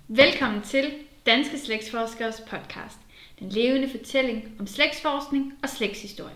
Velkommen til Danske Slægtsforskeres podcast. Den levende fortælling om slægtsforskning og slægtshistorie.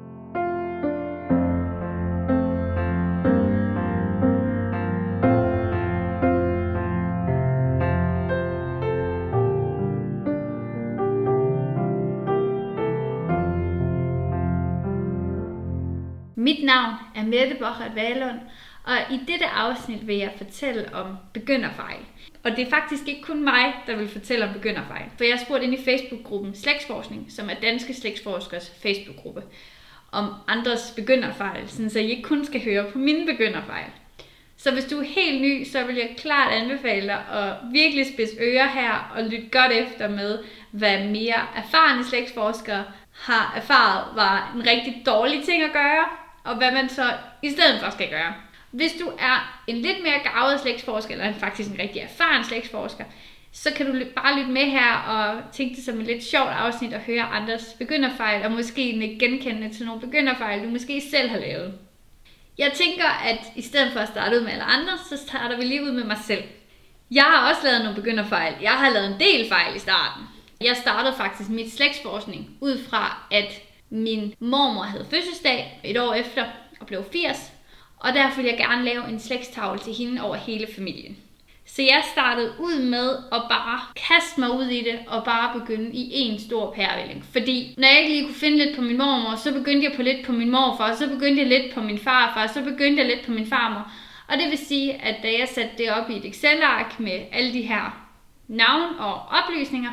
Mit navn er Mette Bochert Wahlund, og i dette afsnit vil jeg fortælle om begynderfejl. Og det er faktisk ikke kun mig, der vil fortælle om begynderfejl. For jeg har spurgt ind i Facebook-gruppen Slægtsforskning, som er Danske Slægtsforskers Facebook-gruppe, om andres begynderfejl, så I ikke kun skal høre på mine begynderfejl. Så hvis du er helt ny, så vil jeg klart anbefale dig at virkelig spidse ører her og lytte godt efter med, hvad mere erfarne slægtsforskere har erfaret var en rigtig dårlig ting at gøre, og hvad man så i stedet for skal gøre. Hvis du er en lidt mere garvet slægtsforsker, eller faktisk en rigtig erfaren slægtsforsker, så kan du bare lytte med her og tænke det som et lidt sjovt afsnit at høre andres begynderfejl, og måske ikke genkende til nogle begynderfejl, du måske selv har lavet. Jeg tænker, at i stedet for at starte ud med alle andre, så starter vi lige ud med mig selv. Jeg har også lavet nogle begynderfejl. Jeg har lavet en del fejl i starten. Jeg startede faktisk mit slægtsforskning ud fra, at min mormor havde fødselsdag et år efter og blev 80. Og derfor ville jeg gerne lave en slægtstavle til hende over hele familien. Så jeg startede ud med at bare kaste mig ud i det og bare begynde i en stor pærevælling. Fordi når jeg ikke lige kunne finde lidt på min mormor, så begyndte jeg på lidt på min morfar, så begyndte jeg lidt på min farfar, så begyndte jeg lidt på min farmor. Og det vil sige, at da jeg satte det op i et Excel-ark med alle de her navn og oplysninger,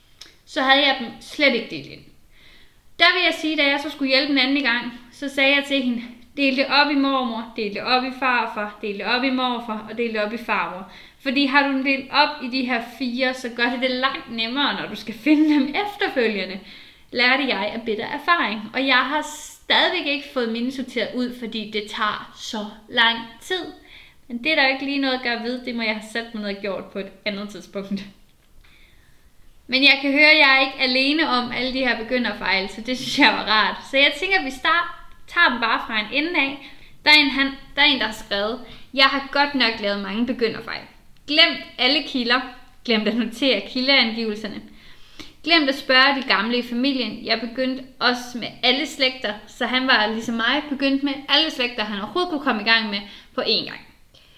så havde jeg dem slet ikke delt ind. Der vil jeg sige, da jeg så skulle hjælpe en anden gang, så sagde jeg til hende, del det op i mormor, del det op i farfar, del det op i morfar og del det op i farmor. Fordi har du den delt op i de her 4, så gør det langt nemmere, når du skal finde dem efterfølgende. Lærte jeg af bitter erfaring, og jeg har stadigvæk ikke fået mine sorteret ud, fordi det tager så lang tid. Men det er der ikke lige noget at gøre ved, det må jeg have sat mig ned og gjort på et andet tidspunkt. Men jeg kan høre, at jeg er ikke alene om alle de her begynderfejl, så det synes jeg var rart. Så jeg tænker, at vi tager dem bare fra en ende af. Der er en, der har skrevet, jeg har godt nok lavet mange begynderfejl. Glemt alle kilder. Glemt at notere kildeangivelserne. Glemt at spørge de gamle i familien. Jeg begyndte også med alle slægter, så han var ligesom mig begyndt med alle slægter, han overhovedet kunne komme i gang med på én gang.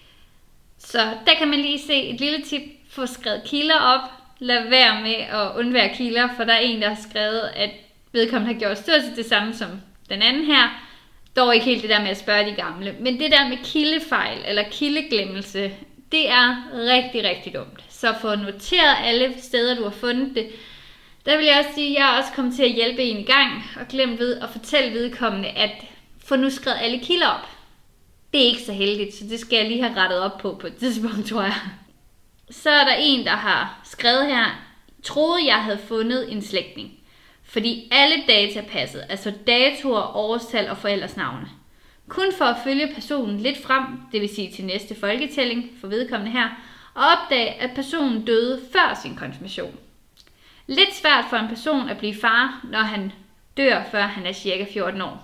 Så der kan man lige se et lille tip. Få skrevet kilder op. Lad være med at undvære kilder, for der er en, der har skrevet, at vedkommende har gjort stort set det samme som den anden her. Dog ikke helt det der med at spørge de gamle. Men det der med kildefejl eller kildeglemmelse, det er rigtig, rigtig dumt. Så få noteret alle steder, du har fundet det. Der vil jeg også sige, at jeg er også kommet til at hjælpe en i gang og glemt ved at fortælle vedkommende, at få nu skrevet alle kilder op. Det er ikke så heldigt, så det skal jeg lige have rettet op på et tidspunkt, tror jeg. Så er der en, der har skrevet her, troede jeg havde fundet en slægtning. Fordi alle data passede, altså datoer, årstal og forældres navne. Kun for at følge personen lidt frem, det vil sige til næste folketælling for vedkommende her, og opdage, at personen døde før sin konfirmation. Lidt svært for en person at blive far, når han dør, før han er cirka 14 år.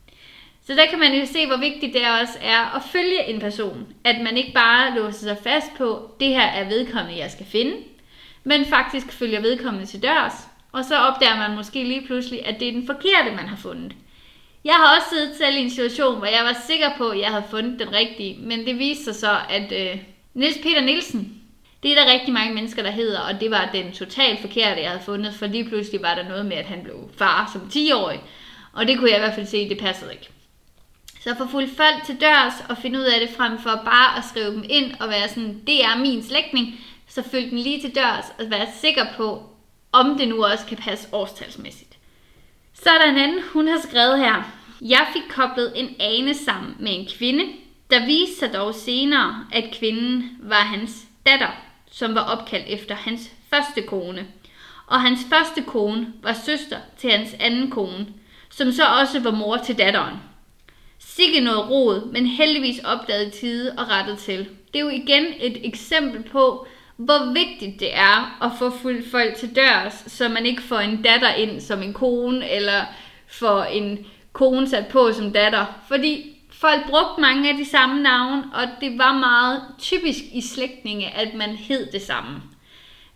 Så der kan man jo se, hvor vigtigt det også er at følge en person. At man ikke bare låser sig fast på, det her er vedkommende, jeg skal finde, men faktisk følger vedkommende til dørs. Og så opdager man måske lige pludselig, at det er den forkerte, man har fundet. Jeg har også siddet selv i en situation, hvor jeg var sikker på, at jeg havde fundet den rigtige. Men det viste sig så, at Niels Peter Nielsen, det er der rigtig mange mennesker, der hedder. Og det var den totalt forkerte, jeg havde fundet. For lige pludselig var der noget med, at han blev far som 10-årig. Og det kunne jeg i hvert fald se, det passede ikke. Så få fulgt folk til dørs og finde ud af det, frem for bare at skrive dem ind og være sådan, det er min slægtning. Så følg den lige til dørs og være sikker på, om det nu også kan passe årstalsmæssigt. Så er der en anden, hun har skrevet her. Jeg fik koblet en ane sammen med en kvinde, der viste sig dog senere, at kvinden var hans datter, som var opkaldt efter hans første kone. Og hans første kone var søster til hans anden kone, som så også var mor til datteren. Sikke noget rod, men heldigvis opdaget i tide og rettet til. Det er jo igen et eksempel på, hvor vigtigt det er at få fulgt folk til dørs, så man ikke får en datter ind som en kone, eller får en kone sat på som datter. Fordi folk brugte mange af de samme navne, og det var meget typisk i slægtninge, at man hed det samme.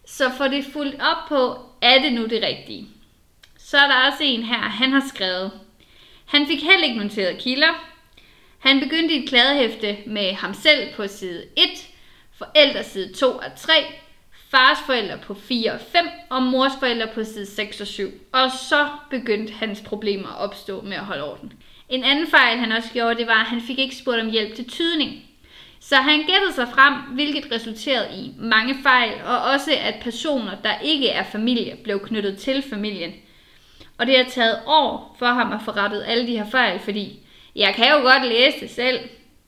Så for det fuldt op på, er det nu det rigtige? Så er der også en her, han har skrevet: han fik heller ikke noteret kilder. Han begyndte i et kladdehæfte med ham selv på side 1, forældre side 2 og 3, fars forældre på 4 og 5, og mors forældre på side 6 og 7. Og så begyndte hans problemer at opstå med at holde orden. En anden fejl, han også gjorde, det var, at han fik ikke spurgt om hjælp til tydning. Så han gættede sig frem, hvilket resulterede i mange fejl, og også at personer, der ikke er familie, blev knyttet til familien. Og det har taget år for ham at få rettet alle de her fejl, fordi jeg kan jo godt læse det selv,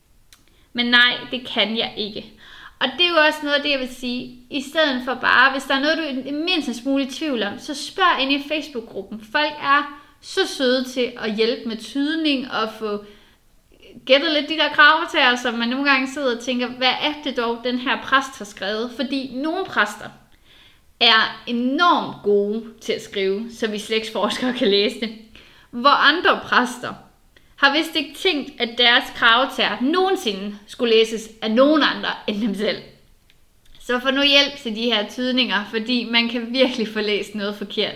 men nej, det kan jeg ikke. Og det er jo også noget af det, jeg vil sige, i stedet for bare, hvis der er noget, du er mindst smule i tvivl om, så spørg ind i Facebook-gruppen. Folk er så søde til at hjælpe med tydning og få gættet lidt de der kravetager, som man nogle gange sidder og tænker, hvad er det dog, den her præst har skrevet? Fordi nogle præster er enormt gode til at skrive, så vi slægtsforskere kan læse det. Hvor andre præster har vist ikke tænkt, at deres kravetager nogensinde skulle læses af nogen andre end dem selv. Så få nu hjælp til de her tydninger, fordi man kan virkelig få læst noget forkert.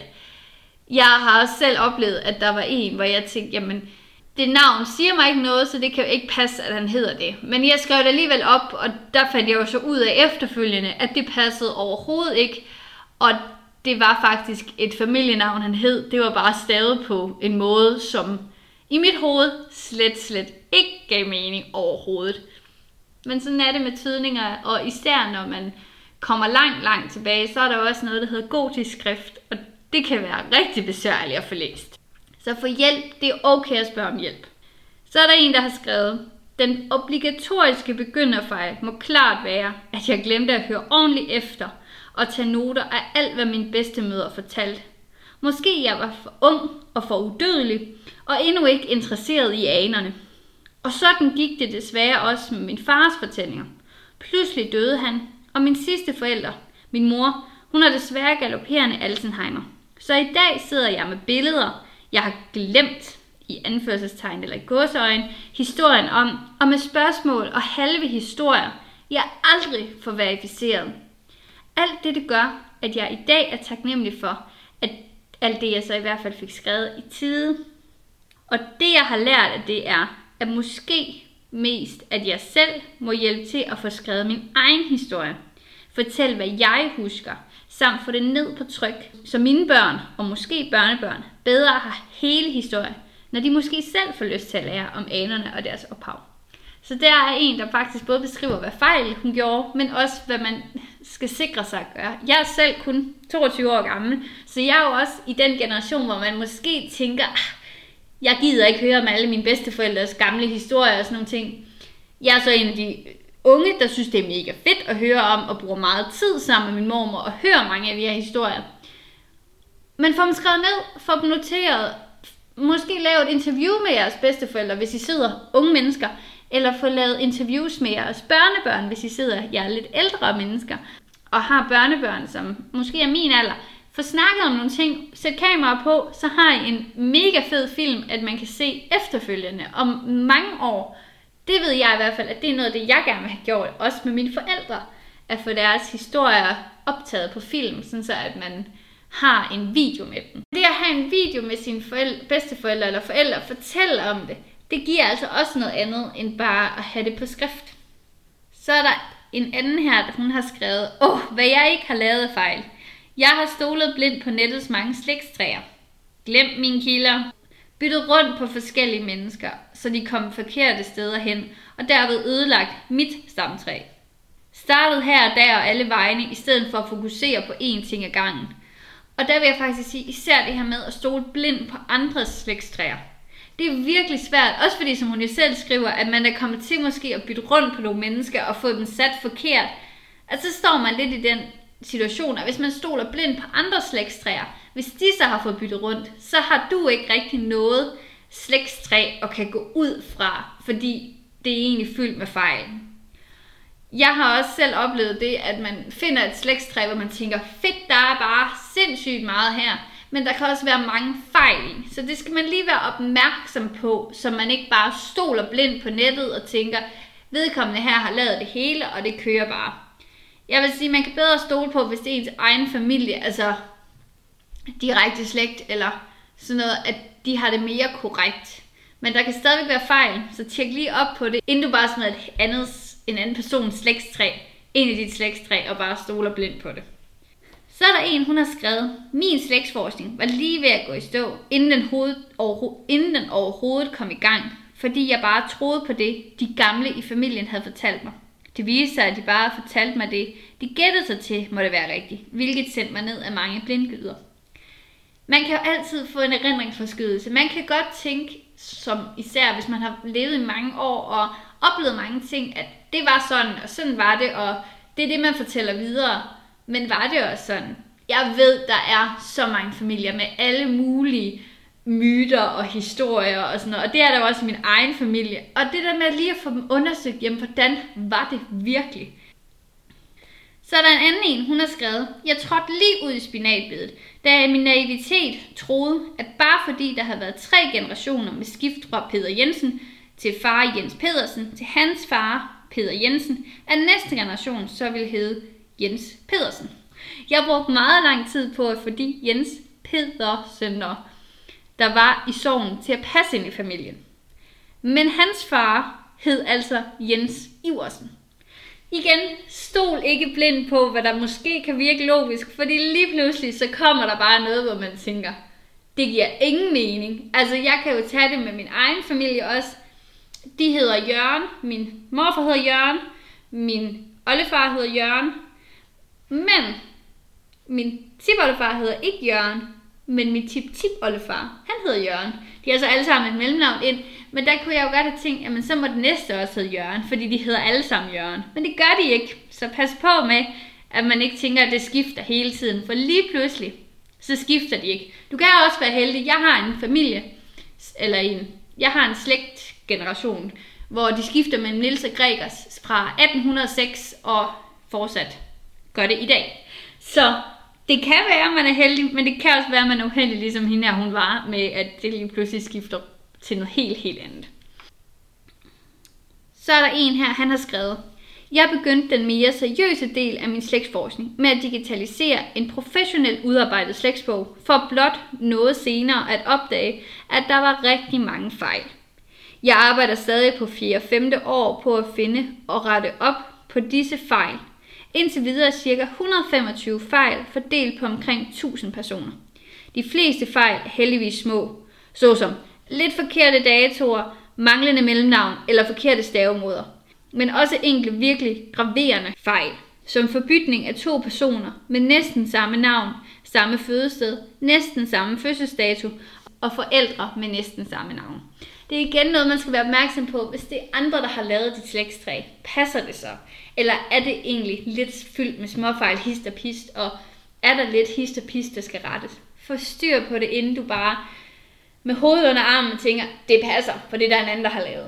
Jeg har også selv oplevet, at der var en, hvor jeg tænkte, jamen, det navn siger mig ikke noget, så det kan jo ikke passe, at han hedder det. Men jeg skrev det alligevel op, og der fandt jeg jo så ud af efterfølgende, at det passede overhovedet ikke. Og det var faktisk et familienavn, han hed. Det var bare stavet på en måde, som i mit hoved slet ikke gav mening overhovedet. Men sådan er det med tydninger, og især når man kommer langt tilbage, så er der også noget, der hedder gotisk skrift, og det kan være rigtig besværligt at få læst. Så for hjælp, det er okay at spørge om hjælp. Så er der en, der har skrevet: den obligatoriske begynderfejl må klart være, at jeg glemte at høre ordentligt efter og tage noter af alt, hvad min bedstemødre fortalte. Måske jeg var for ung og for udødelig, og endnu ikke interesseret i anerne. Og sådan gik det desværre også med min fars fortællinger. Pludselig døde han, og min sidste forælder, min mor, hun er desværre galopperende Alzheimer. Så i dag sidder jeg med billeder, jeg har glemt, i anførselstegn eller i gåseøjne, historien om, og med spørgsmål og halve historier, jeg aldrig får verificeret. Alt det gør, at jeg i dag er taknemmelig for, at alt det jeg så i hvert fald fik skrevet i tide. Og det jeg har lært af det er, at måske mest, at jeg selv må hjælpe til at få skrevet min egen historie. Fortæl, hvad jeg husker, samt få det ned på tryk, så mine børn, og måske børnebørn, bedre har hele historien, når de måske selv får lyst til at lære om anerne og deres ophav. Så der er en, der faktisk både beskriver, hvad fejl hun gjorde, men også, hvad man skal sikre sig at gøre. Jeg er selv kun 22 år gammel, så jeg er jo også i den generation, hvor man måske tænker, jeg gider ikke høre om alle mine bedsteforældres gamle historier og sådan nogle ting. Jeg er så en af de unge, der synes, det er mega fedt at høre om, og bruger meget tid sammen med min mormor, og høre mange af de her historier. Men få dem skrevet ned, få dem noteret, måske lave et interview med jeres bedsteforældre, hvis I sidder unge mennesker, eller få lavet interviews med jeres børnebørn, hvis I sidder jer lidt ældre mennesker, og har børnebørn, som måske er min alder. Få snakket om nogle ting, sæt kamera på, så har I en mega fed film, at man kan se efterfølgende om mange år. Det ved jeg i hvert fald, at det er noget af det, jeg gerne vil have gjort, også med mine forældre, at få deres historier optaget på film, sådan så at man har en video med dem. Det at have en video med sine bedsteforældre eller forældre, fortælle om det, det giver altså også noget andet, end bare at have det på skrift. Så er der en anden her, der hun har skrevet, hvad jeg ikke har lavet af fejl. Jeg har stolet blindt på nettets mange slægtstræer. Glemt mine kilder. Byttet rundt på forskellige mennesker, så de kom forkerte steder hen, og derved ødelagt mit stamtræ. Startet her og der og alle vegne, i stedet for at fokusere på én ting ad gangen. Og der vil jeg faktisk sige, især det her med at stole blindt på andres slægtstræer. Det er virkelig svært, også fordi, som hun jo selv skriver, at man er kommet til måske at bytte rundt på nogle mennesker og få dem sat forkert. Og så står man lidt i den situation, at hvis man stoler blindt på andres slægtstræer, hvis de så har fået byttet rundt, så har du ikke rigtig noget slægtstræ og kan gå ud fra, fordi det er egentlig fyldt med fejl. Jeg har også selv oplevet det, at man finder et slægtstræ, hvor man tænker, fedt, der er bare sindssygt meget her, men der kan også være mange fejl i. Så det skal man lige være opmærksom på, så man ikke bare stoler blindt på nettet og tænker, vedkommende her har lavet det hele, og det kører bare. Jeg vil sige, man kan bedre stole på, hvis det er ens egen familie, altså direkte slægt eller sådan noget, at de har det mere korrekt. Men der kan stadigvæk være fejl, så tjek lige op på det, inden du bare smider en anden persons slægtstræ ind i dit slægtstræ og bare stoler blindt på det. Så er der en, hun har skrevet, min slægtsforskning var lige ved at gå i stå, inden den overhovedet kom i gang, fordi jeg bare troede på det, de gamle i familien havde fortalt mig. Det viste sig, at de bare fortalte mig det, de gættede sig til, må det være rigtigt, hvilket sendte mig ned af mange blindgyder. Man kan jo altid få en erindringsforskydelse. Man kan godt tænke, som især hvis man har levet i mange år og oplevet mange ting, at det var sådan, og sådan var det, og det er det, man fortæller videre. Men var det også sådan? Jeg ved, der er så mange familier med alle mulige myter og historier og sådan noget, og det er der også i min egen familie. Og det der med lige at få dem undersøgt, jamen hvordan var det virkelig? Så er der en anden en, hun har skrevet, jeg trådte lige ud i spinatbedet, da jeg i min naivitet troede, at bare fordi der havde været 3 generationer med skift fra Peder Jensen til far Jens Pedersen til hans far Peder Jensen, at næste generation så ville hedde Jens Pedersen. Jeg brugte meget lang tid på at få de Jens Pedersener, der var i sognen, til at passe ind i familien. Men hans far hed altså Jens Iversen. Igen, stol ikke blind på, hvad der måske kan virke logisk, fordi lige pludselig så kommer der bare noget, hvor man tænker, det giver ingen mening. Altså jeg kan jo tage det med min egen familie også. De hedder Jørgen, min morfar hedder Jørgen, min oldefar hedder Jørgen, men min tipoldefar hedder ikke Jørgen, men min tip-tip-oldefar, han hedder Jørgen. De er altså alle sammen et mellemnavn ind, men der kunne jeg jo godt have tænkt, jamen så må det næste også hedde Jørgen, fordi de hedder alle sammen Jørgen. Men det gør de ikke, så pas på med, at man ikke tænker, at det skifter hele tiden, for lige pludselig, så skifter de ikke. Du kan også være heldig, jeg har en familie, jeg har en slægtgeneration, hvor de skifter mellem Niels og Gregers fra 1806 og fortsat gør det i dag. Så det kan være, at man er heldig, men det kan også være, at man er uheldig, ligesom hende her, hun var, med at det lige pludselig skifter til noget helt andet. Så er der en her, han har skrevet, jeg begyndte den mere seriøse del af min slægtsforskning med at digitalisere en professionelt udarbejdet slægtsbog, for blot noget senere at opdage, at der var rigtig mange fejl. Jeg arbejder stadig på 4. og 5. år på at finde og rette op på disse fejl. Indtil videre ca. 125 fejl fordelt på omkring 1000 personer. De fleste fejl er heldigvis små, såsom lidt forkerte datoer, manglende mellemnavn eller forkerte stavemåder. Men også enkelte virkelig graverende fejl, som forbytning af 2 personer med næsten samme navn, samme fødested, næsten samme fødselsdato og forældre med næsten samme navn. Det er igen noget, man skal være opmærksom på, hvis det er andre, der har lavet dit slægtstræ. Passer det så? Eller er det egentlig lidt fyldt med småfejl, hist og pist, og er der lidt hist og pist, der skal rettes? Få styr på det, inden du bare med hovedet under armen tænker, det passer, for det er der en anden, der har lavet.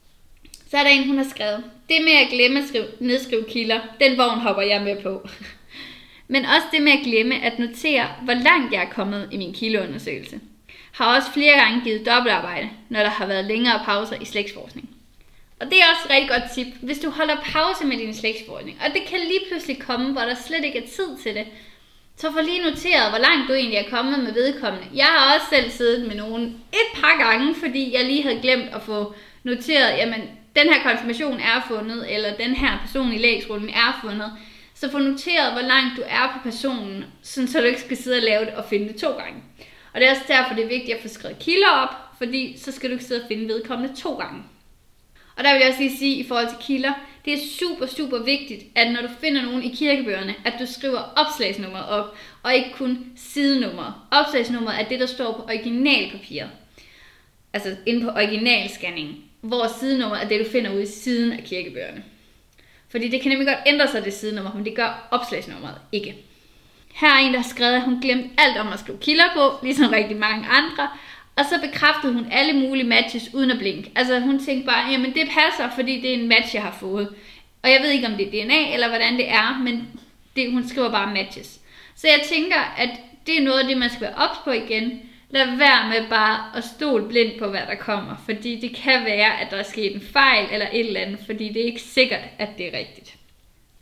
Så er der en, hun har skrevet, det med at glemme at nedskrive kilder, den vogn hopper jeg med på. Men også det med at glemme at notere, hvor langt jeg er kommet i min kildeundersøgelse. Har også flere gange givet dobbeltarbejde, når der har været længere pauser i slægtsforskning. Og det er også et rigtig godt tip, hvis du holder pause med din slægtsforskning, og det kan lige pludselig komme, hvor der slet ikke er tid til det, så få lige noteret, hvor langt du egentlig er kommet med vedkommende. Jeg har også selv siddet med nogen et par gange, fordi jeg lige havde glemt at få noteret, jamen den her konfirmation er fundet, eller den her person i lægsrullen er fundet. Så få noteret, hvor langt du er på personen, sådan så du ikke skal sidde og lave det og finde det 2 gange. Og det er også derfor, det er vigtigt at få skrevet kilder op, fordi så skal du ikke sidde og finde vedkommende 2 gange. Og der vil jeg også lige sige i forhold til kilder, det er super vigtigt, at når du finder nogen i kirkebøgerne, at du skriver opslagsnummeret op, og ikke kun sidenummeret. Opslagsnummeret er det, der står på originalpapiret, altså inde på originalscanningen, hvor sidenummeret er det, du finder ude i siden af kirkebøgerne. Fordi det kan nemlig godt ændre sig, det sidenummer, men det gør opslagsnummeret ikke. Her er en, der har skrevet, at hun glemte alt om at skrive kilder på, ligesom rigtig mange andre. Og så bekræftede hun alle mulige matches uden at blinke. Altså hun tænkte bare, jamen det passer, fordi det er en match, jeg har fået. Og jeg ved ikke, om det er DNA eller hvordan det er, men hun skriver bare matches. Så jeg tænker, at det er noget af det, man skal være ops på igen. Lad være med bare at stole blindt på, hvad der kommer. Fordi det kan være, at der er sket en fejl eller et eller andet, fordi det er ikke sikkert, at det er rigtigt.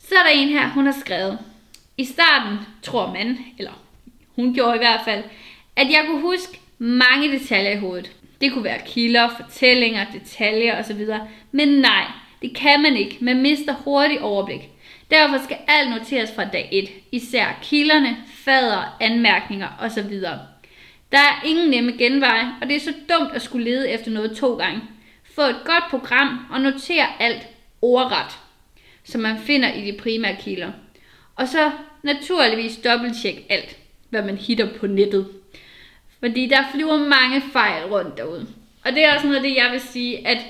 Så er der en her, hun har skrevet. I starten tror man, eller hun gjorde i hvert fald, at jeg kunne huske mange detaljer i hovedet. Det kunne være kilder, fortællinger, detaljer osv. Men nej, det kan man ikke. Man mister hurtigt overblik. Derfor skal alt noteres fra dag 1. Især kilderne, fader, anmærkninger osv. Der er ingen nemme genveje, og det er så dumt at skulle lede efter noget 2 gange. Få et godt program og notere alt ordret, som man finder i de primære kilder. Og så naturligvis dobbelttjek alt, hvad man hitter på nettet. Fordi der flyver mange fejl rundt derude. Og det er også noget af det, jeg vil sige, at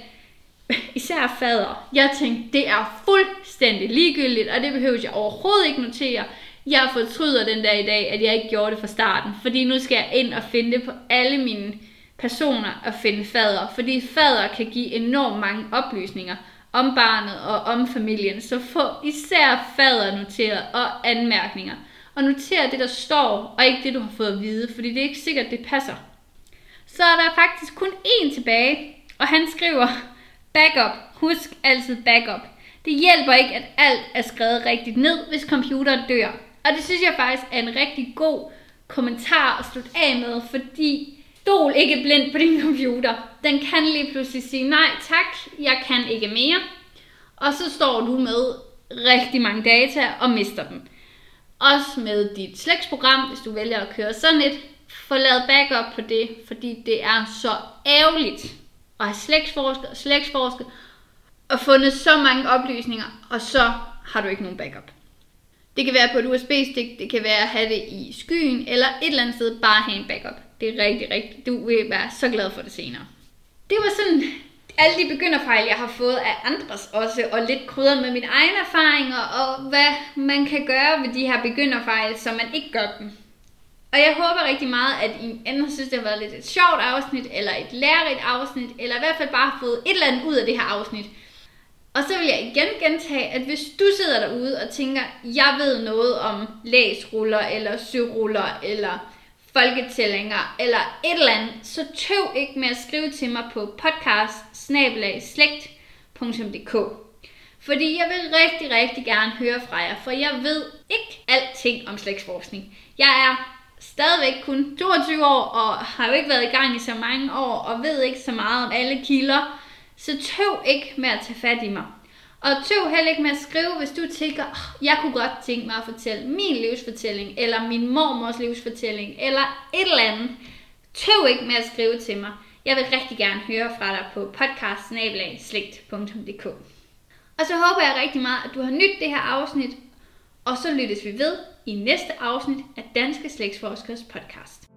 især fader, jeg tænkte, det er fuldstændig ligegyldigt, og det behøver jeg overhovedet ikke notere. Jeg fortryder den dag i dag, at jeg ikke gjorde det fra starten, fordi nu skal jeg ind og finde det på alle mine personer og finde fader, fordi fader kan give enormt mange oplysninger om barnet og om familien, så få især fader noteret og anmærkninger. Og notere det, der står, og ikke det, du har fået at vide, fordi det er ikke sikkert, det passer. Så er der faktisk kun én tilbage, og han skriver, backup, husk altid backup. Det hjælper ikke, at alt er skrevet rigtigt ned, hvis computeren dør. Og det synes jeg faktisk er en rigtig god kommentar at slutte af med, fordi stol ikke blind på din computer. Den kan lige pludselig sige, nej tak, jeg kan ikke mere. Og så står du med rigtig mange data og mister dem. Også med dit slægtsprogram, hvis du vælger at køre sådan et, få lavet backup på det, fordi det er så ærgerligt at have slægtsforsket og fundet så mange oplysninger, og så har du ikke nogen backup. Det kan være på et USB-stik, det kan være at have det i skyen, eller et eller andet sted bare have en backup. Det er rigtig, du vil være så glad for det senere. Det var sådan alle de begynderfejl, jeg har fået af andres også, og lidt krydret med mine egne erfaringer, og hvad man kan gøre ved de her begynderfejl, så man ikke gør dem. Og jeg håber rigtig meget, at I enten synes, det har været lidt et sjovt afsnit, eller et lærerigt afsnit, eller i hvert fald bare har fået et eller andet ud af det her afsnit. Og så vil jeg igen gentage, at hvis du sidder derude og tænker, jeg ved noget om læsruller, eller søruller, eller folketællinger, eller et eller andet, så tøv ikke med at skrive til mig på podcast@slægt.dk. Fordi jeg vil rigtig gerne høre fra jer, for jeg ved ikke alting om slægtsforskning. Jeg er stadigvæk kun 22 år, og har jo ikke været i gang i så mange år, og ved ikke så meget om alle kilder. Så tøv ikke med at tage fat i mig. Og tøv heller ikke med at skrive, hvis du tænker, jeg kunne godt tænke mig at fortælle min livsfortælling, eller min mormors livsfortælling, eller et eller andet. Tøv ikke med at skrive til mig. Jeg vil rigtig gerne høre fra dig på podcast@slægt.dk. Og så håber jeg rigtig meget, at du har nydt det her afsnit, og så lyttes vi ved i næste afsnit af Danske Slægtsforskers podcast.